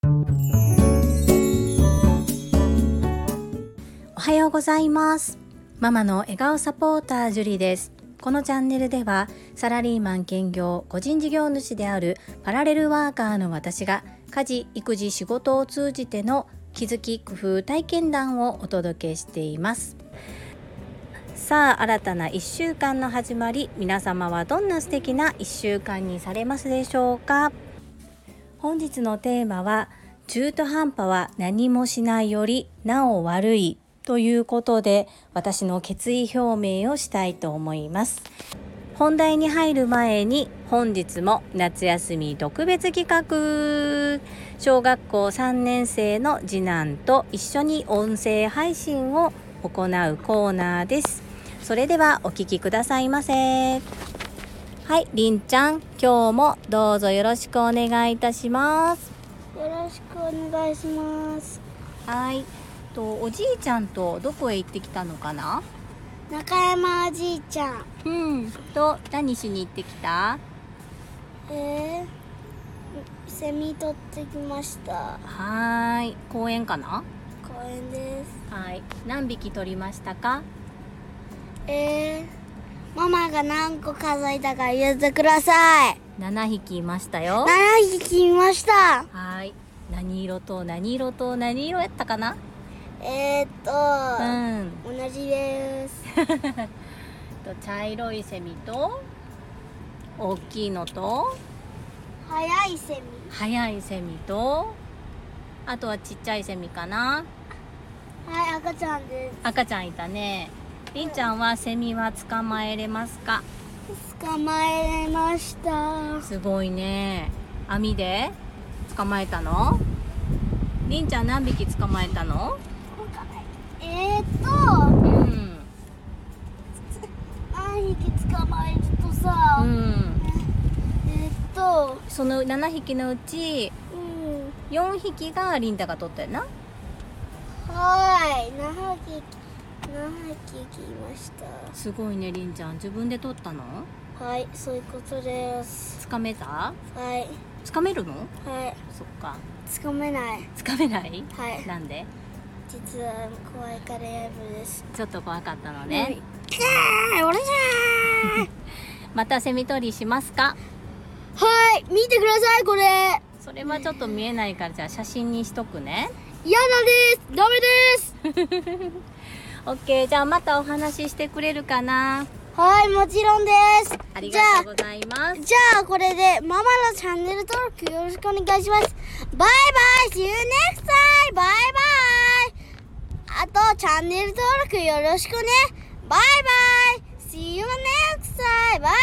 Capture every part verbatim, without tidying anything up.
おはようございます。ママの笑顔サポータージュリです。このチャンネルではサラリーマン兼業個人事業主であるパラレルワーカーの私が家事育児仕事を通じての気づき工夫体験談をお届けしています。さあ、新たないっしゅうかんの始まり、皆様はどんな素敵ないっしゅうかんにされますでしょうか。本日のテーマは、中途半端は何もしないよりなお悪いということで、私の決意表明をしたいと思います。本題に入る前に、本日も夏休み特別企画、小学校さんねん生の次男と一緒に音声配信を行うコーナーです。それではお聞きくださいませ。はい、りんちゃん、今日もどうぞよろしくお願いいたします。 よろしくお願いします。 はい、とおじいちゃんとどこへ行ってきたのかな。 中山おじいちゃん。 うんと何しに行ってきた？ えー、セミ取ってきました。 はーい、公園かな？ 公園です。 はい、何匹取りましたか？ えー、ママが何個数えたか言ってください。 ななひきいましたよ。 ななひきいました。 はい、何色と何色と何色やったかな？ えーっと、 うん、 同じですと茶色いセミと大きいのと早いセミ、 速いセミと、あとはちっちゃいセミかな。 はい、赤ちゃんです。 赤ちゃんいたね。りんちゃんはセミは捕まえれますか？ 捕まえれました。 すごいね。網で捕まえたの？りんちゃん何匹捕まえたの？ えーっと、 うん、 何匹捕まえるとさ、 うん、 えーっと、 そのななひきのうちうん、 よんひきがりんたが取ったよな。 はい、ななひき、ななひき来ましすごいね。りんちゃん自分で取ったの？ た。はい、そういうことです。 つかめた？ はい、 つかめるの？ はい、 そっか、 つかめない。 つかめない？ はい、 なんで？ 実は怖いからやぶです。 ちょっと怖かったのね。 キャー、俺じゃーまたセミ取りしますか？ はい、見てください、これ。 それはちょっと見えないから、じゃあ写真にしとくね。 嫌だです。ダメです。 オッケー、じゃあまたお話ししてくれるかな。 はい、もちろんです。 ありがとうございます。 じゃあこれでママのチャンネル登録よろしくお願いします。バイバイ See you next time! バイバイ。あとチャンネル登録よろしくね。バイバイ See you next time! バイバイ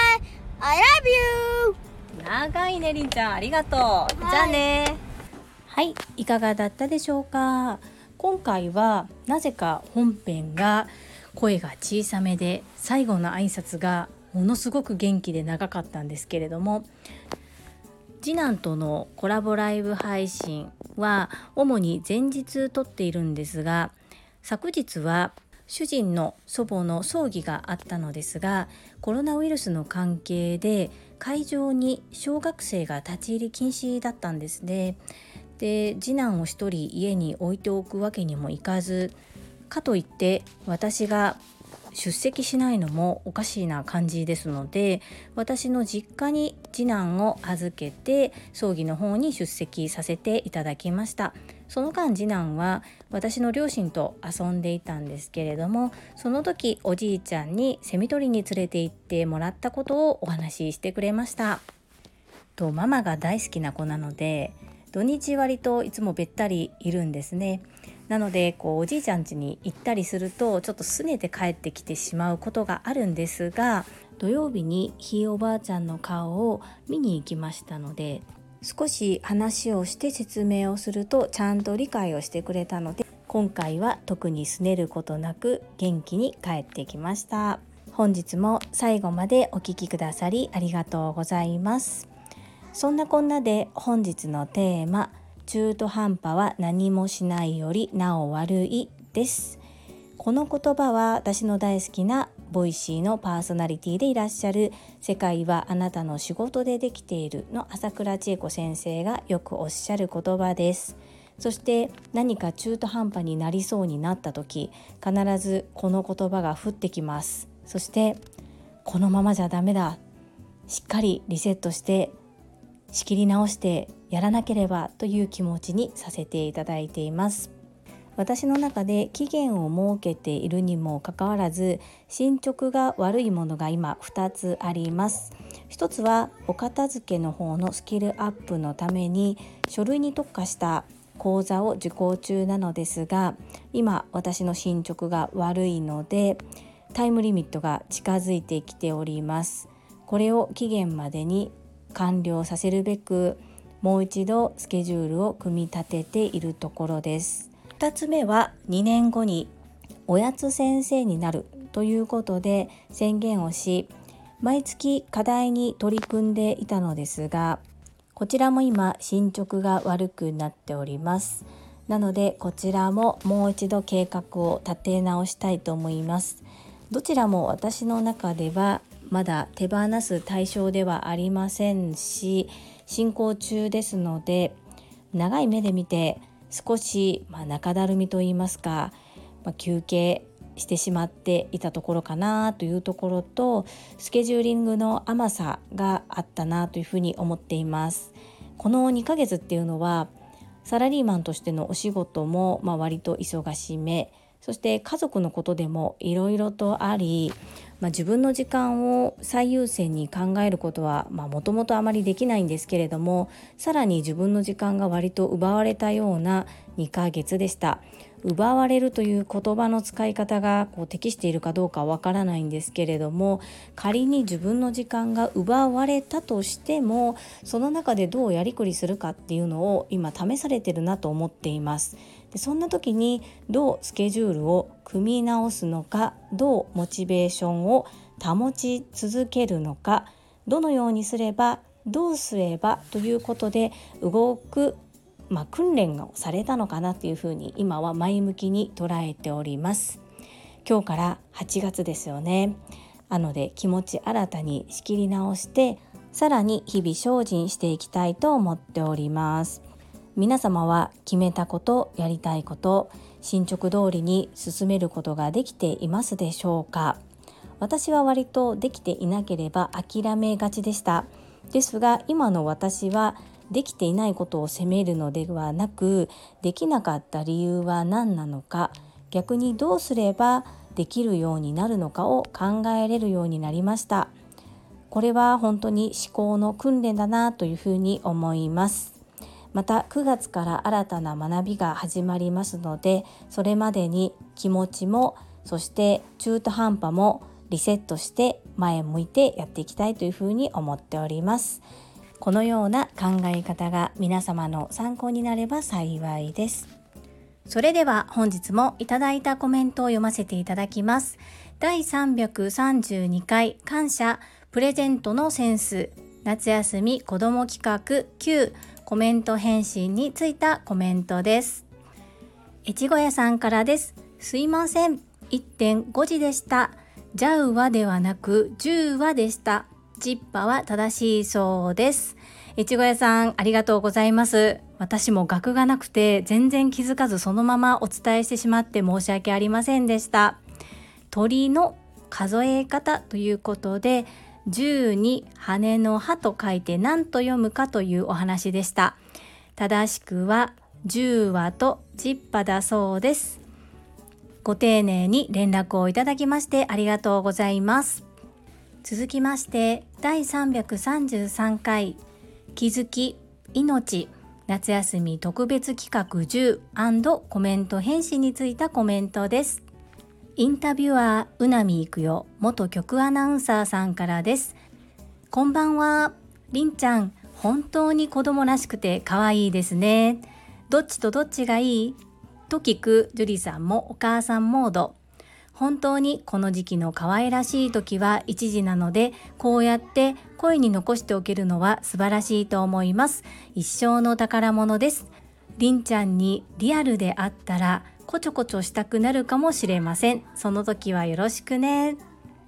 I love you! 長いね、りんちゃん、ありがとう、 はい、 じゃあね。はい、いかがだったでしょうか。今回はなぜか本編が声が小さめで、最後の挨拶がものすごく元気で長かったんですけれども、次男とのコラボライブ配信は主に前日撮っているんですが、昨日は主人の祖母の葬儀があったのですが、コロナウイルスの関係で会場に小学生が立ち入り禁止だったんですね。で、次男を一人家に置いておくわけにもいかず、かといって私が出席しないのもおかしいな感じですので、私の実家に次男を預けて葬儀の方に出席させていただきました。その間次男は私の両親と遊んでいたんですけれども、その時おじいちゃんにセミ取りに連れて行ってもらったことをお話ししてくれました。とママが大好きな子なので、土日割といつもべったりいるんですね。なのでこうおじいちゃん家に行ったりするとちょっと拗ねて帰ってきてしまうことがあるんですが、土曜日にひいおばあちゃんの顔を見に行きましたので、少し話をして説明をするとちゃんと理解をしてくれたので、今回は特に拗ねることなく元気に帰ってきました。本日も最後までお聞きくださりありがとうございます。そんなこんなで本日のテーマ、中途半端は何もしないよりなお悪いです。この言葉は私の大好きなボイシーのパーソナリティでいらっしゃる世界はあなたの仕事でできているの朝倉千恵子先生がよくおっしゃる言葉です。そして何か中途半端になりそうになった時、必ずこの言葉が降ってきます。そしてこのままじゃダメだ、しっかりリセットして仕切り直してやらなければという気持ちにさせていただいています。私の中で期限を設けているにもかかわらず、進捗が悪いものが今ふたつあります。一つはお片付けの方のスキルアップのために書類に特化した講座を受講中なのですが、今私の進捗が悪いのでタイムリミットが近づいてきております。これを期限までに完了させるべく、もう一度スケジュールを組み立てているところです。ふたつめはにねんごにおやつ先生になるということで宣言をし、毎月課題に取り組んでいたのですが、こちらも今進捗が悪くなっております。なのでこちらももう一度計画を立て直したいと思います。どちらも私の中ではまだ手放す対象ではありませんし、進行中ですので、長い目で見て少し、まあ、中だるみといいますか、まあ、休憩してしまっていたところかなというところと、スケジューリングの甘さがあったなというふうに思っています。このにかげつっていうのはサラリーマンとしてのお仕事も、まあ、割と忙しめ、そして家族のことでもいろいろとあり、まあ、自分の時間を最優先に考えることはもともとあまりできないんですけれども、さらに自分の時間が割と奪われたようなにかげつでした。奪われるという言葉の使い方がこう適しているかどうかわからないんですけれども、仮に自分の時間が奪われたとしても、その中でどうやりくりするかっていうのを今試されてるなと思っています。でそんな時にどうスケジュールを組み直すのか、どうモチベーションを保ち続けるのか、どのようにすればどうすればということで動く、まあ、訓練をされたのかなというふうに今は前向きに捉えております。今日からはちがつですよね。なので気持ち新たに仕切り直して、さらに日々精進していきたいと思っております。皆様は決めたこと、やりたいこと、進捗通りに進めることができていますでしょうか。私は割とできていなければ諦めがちでした。ですが今の私はできていないことを責めるのではなく、できなかった理由は何なのか、逆にどうすればできるようになるのかを考えれるようになりました。これは本当に思考の訓練だなというふうに思います。またくがつから新たな学びが始まりますので、それまでに気持ちも、そして中途半端もリセットして前向いてやっていきたいというふうに思っております。このような考え方が皆様の参考になれば幸いです。それでは本日もいただいたコメントを読ませていただきます。だいさんびゃくさんじゅうにかい感謝プレゼントのセンス夏休み子ども企画きゅうコメント返信についたコメントです。越後屋さんからです。すいません、いってんごじでした。じゃうはではなくじゅうはでした。ジッパは正しいそうです。越後屋さんありがとうございます。私も額がなくて全然気づかずそのままお伝えしてしまって申し訳ありませんでした。鳥の数え方ということで、じゅうに羽の葉と書いて何と読むかというお話でした。正しくはじゅうわとジッパだそうです。ご丁寧に連絡をいただきましてありがとうございます。続きましてだいさんびゃくさんじゅうさんかい気づき命夏休み特別企画じゅう&コメント返信についたコメントです。インタビュアーうなみいくよ元局アナウンサーさんからです。こんばんは。りんちゃん本当に子供らしくて可愛いですね。どっちとどっちがいいと聞くジュリさんもお母さんモード。本当にこの時期の可愛らしい時は一時なので、こうやって声に残しておけるのは素晴らしいと思います。一生の宝物です。りんちゃんにリアルで会ったらこちょこちょしたくなるかもしれません。その時はよろしくね。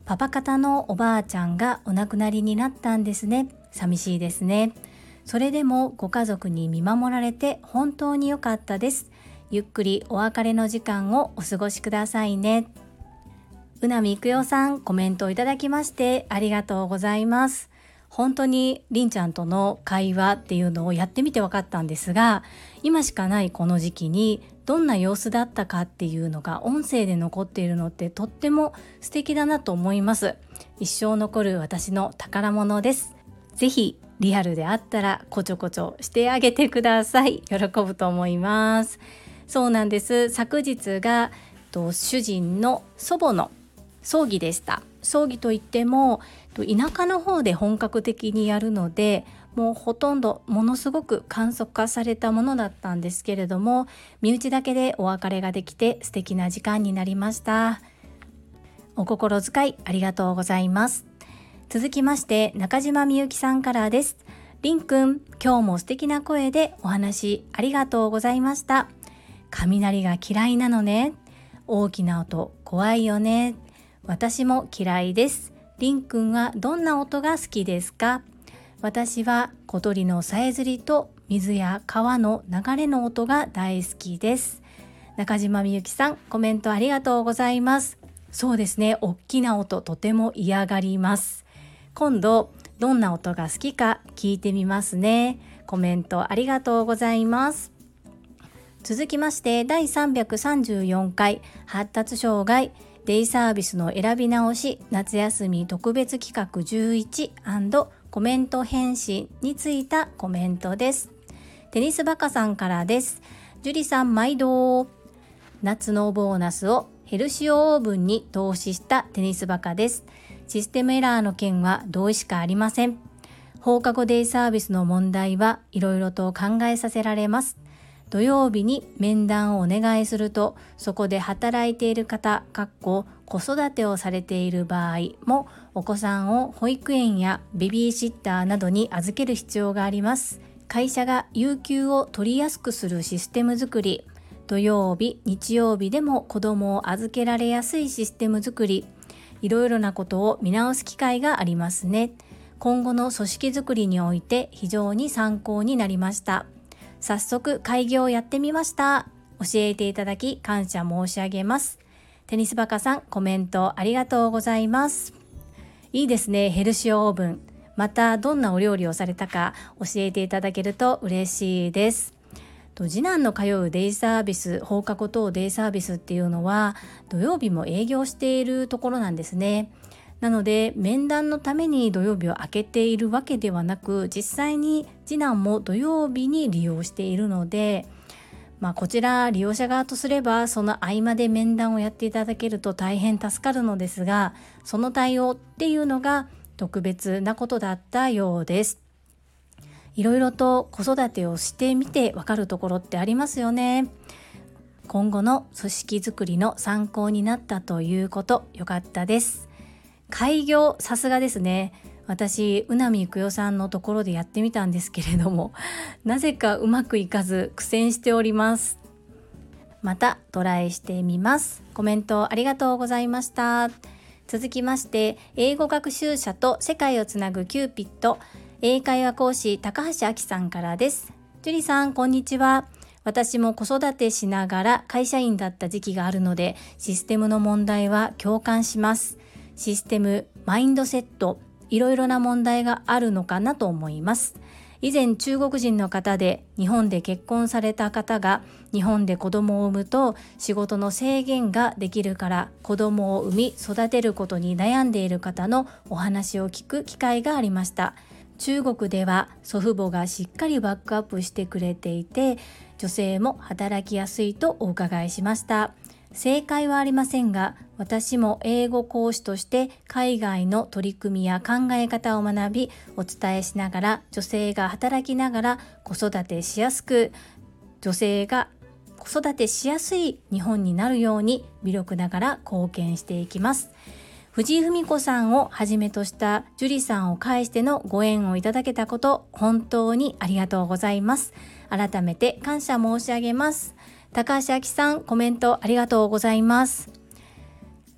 パパ方のおばあちゃんがお亡くなりになったんですね。寂しいですね。それでもご家族に見守られて本当に良かったです。ゆっくりお別れの時間をお過ごしくださいね。うなみいくよさん、コメントをいただきましてありがとうございます。本当にりんちゃんとの会話っていうのをやってみて分かったんですが、今しかないこの時期にどんな様子だったかっていうのが音声で残っているのってとっても素敵だなと思います。一生残る私の宝物です。ぜひリアルであったらこちょこちょしてあげてください。喜ぶと思います。そうなんです。昨日がと主人の祖母の葬儀でした。葬儀といっても田舎の方で本格的にやるので、もうほとんどものすごく簡素化されたものだったんですけれども、身内だけでお別れができて素敵な時間になりました。お心遣いありがとうございます。続きまして中島みゆきさんからです。りんくん、今日も素敵な声でお話ありがとうございました。雷が嫌いなのね。大きな音怖いよね。私も嫌いです。りんくんはどんな音が好きですか？私は小鳥のさえずりと水や川の流れの音が大好きです。中島みゆきさん、コメントありがとうございます。そうですね、大きな音とても嫌がります。今度どんな音が好きか聞いてみますね。コメントありがとうございます。続きましてだいさんびゃくさんじゅうよんかい発達障害デイサービスの選び直し夏休み特別企画じゅういち&コメント返信についたコメントです。テニスバカさんからです。ジュリさん毎度。夏のボーナスをヘルシオオーブンに投資したテニスバカです。システムエラーの件は同意しかありません。放課後デイサービスの問題はいろいろと考えさせられます。土曜日に面談をお願いすると、そこで働いている方、かっこ子育てをされている場合もお子さんを保育園やベビーシッターなどに預ける必要があります。会社が有給を取りやすくするシステム作り、土曜日、日曜日でも子どもを預けられやすいシステム作り、いろいろなことを見直す機会がありますね。今後の組織作りにおいて非常に参考になりました。早速会議をやってみました。教えていただき感謝申し上げます。テニスバカさん、コメントありがとうございます。いいですね、ヘルシオオーブン。またどんなお料理をされたか教えていただけると嬉しいです。と次男の通うデイサービス、放課後等デイサービスっていうのは土曜日も営業しているところなんですね。なので面談のために土曜日を空けているわけではなく、実際に次男も土曜日に利用しているので、まあ、こちら利用者側とすればその合間で面談をやっていただけると大変助かるのですが、その対応っていうのが特別なことだったようです。いろいろと子育てをしてみてわかるところってありますよね。今後の組織づくりの参考になったということ、よかったです。開業、さすがですね。私、うなみいくよさんのところでやってみたんですけれども、なぜかうまくいかず苦戦しております。またトライしてみます。コメントありがとうございました。続きまして、英語学習者と世界をつなぐキューピット英会話講師高橋明さんからです。ジュリさん、こんにちは。私も子育てしながら会社員だった時期があるので、システムの問題は共感します。システム、マインドセット、いろいろな問題があるのかなと思います。以前中国人の方で日本で結婚された方が日本で子供を産むと仕事の制限ができるから子供を産み育てることに悩んでいる方のお話を聞く機会がありました。中国では祖父母がしっかりバックアップしてくれていて、女性も働きやすいとお伺いしました。正解はありませんが、私も英語講師として海外の取り組みや考え方を学び、お伝えしながら女性が働きながら子育てしやすく、女性が子育てしやすい日本になるように微力ながら貢献していきます。藤井文子さんをはじめとしたジュリさんを介してのご縁をいただけたこと、本当にありがとうございます。改めて感謝申し上げます。高橋明さん、コメントありがとうございます。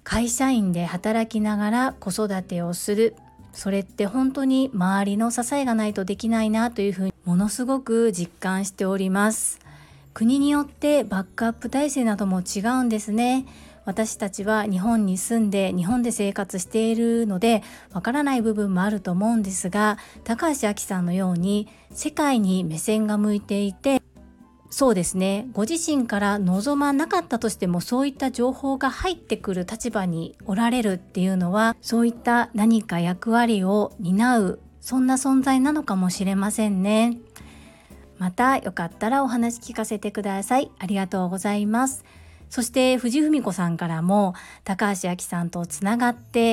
会社員で働きながら子育てをする、それって本当に周りの支えがないとできないなというふうにものすごく実感しております。国によってバックアップ体制なども違うんですね。私たちは日本に住んで日本で生活しているのでわからない部分もあると思うんですが、高橋明さんのように世界に目線が向いていて、そうですね、ご自身から望まなかったとしてもそういった情報が入ってくる立場におられるっていうのは、そういった何か役割を担う、そんな存在なのかもしれませんね。またよかったらお話聞かせてください。ありがとうございます。そして藤文子さんからも高橋明さんとつながって、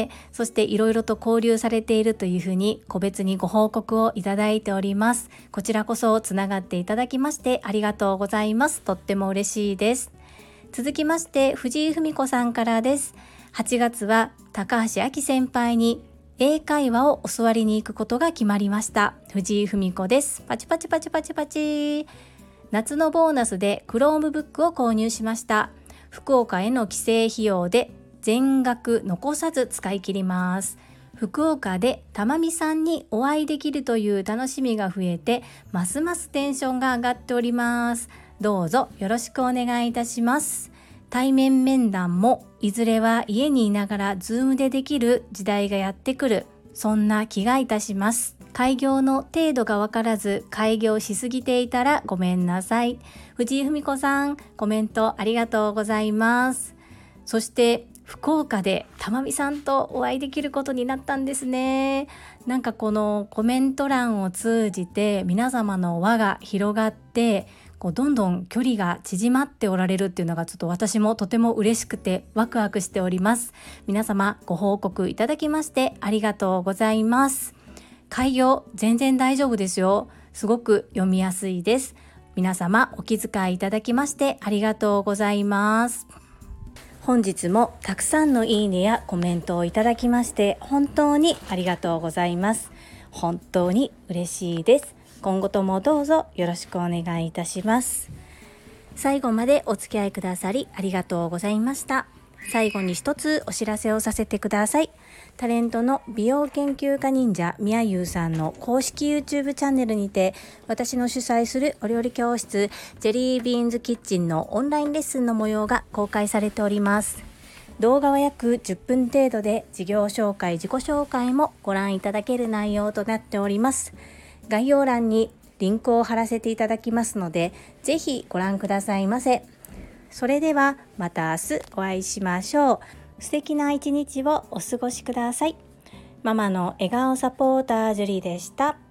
そしていろいろと交流されているというふうに個別にご報告をいただいております。こちらこそつながっていただきましてありがとうございます。とっても嬉しいです。続きまして藤井文子さんからです。はちがつは高橋明先輩に英会話を教わりに行くことが決まりました。藤井文子です。パチパチパチパチパチ。夏のボーナスでクロームブックを購入しました。福岡への帰省費用で全額残さず使い切ります。福岡でたまみさんにお会いできるという楽しみが増えて、ますますテンションが上がっております。どうぞよろしくお願いいたします。対面面談もいずれは家にいながらズームでできる時代がやってくる、そんな気がいたします。開業の程度がわからず開業しすぎていたらごめんなさい。藤井文子さん、コメントありがとうございます。そして福岡でたまみさんとお会いできることになったんですね。なんかこのコメント欄を通じて皆様の輪が広がって、こうどんどん距離が縮まっておられるっていうのがちょっと私もとても嬉しくてワクワクしております。皆様ご報告いただきましてありがとうございます。開業全然大丈夫ですよ。すごく読みやすいです。皆様お気遣いいただきましてありがとうございます。本日もたくさんのいいねやコメントをいただきまして本当にありがとうございます。本当に嬉しいです。今後ともどうぞよろしくお願いいたします。最後までお付き合いくださりありがとうございました。最後に一つお知らせをさせてください。タレントの美容研究家忍者みやゆうさんの公式 YouTube チャンネルにて、私の主催するお料理教室ジェリービーンズキッチンのオンラインレッスンの模様が公開されております。動画は約じゅっぷん程度で、事業紹介自己紹介もご覧いただける内容となっております。概要欄にリンクを貼らせていただきますので、ぜひご覧くださいませ。それではまた明日お会いしましょう。素敵な一日をお過ごしください。ママの笑顔サポータージュリでした。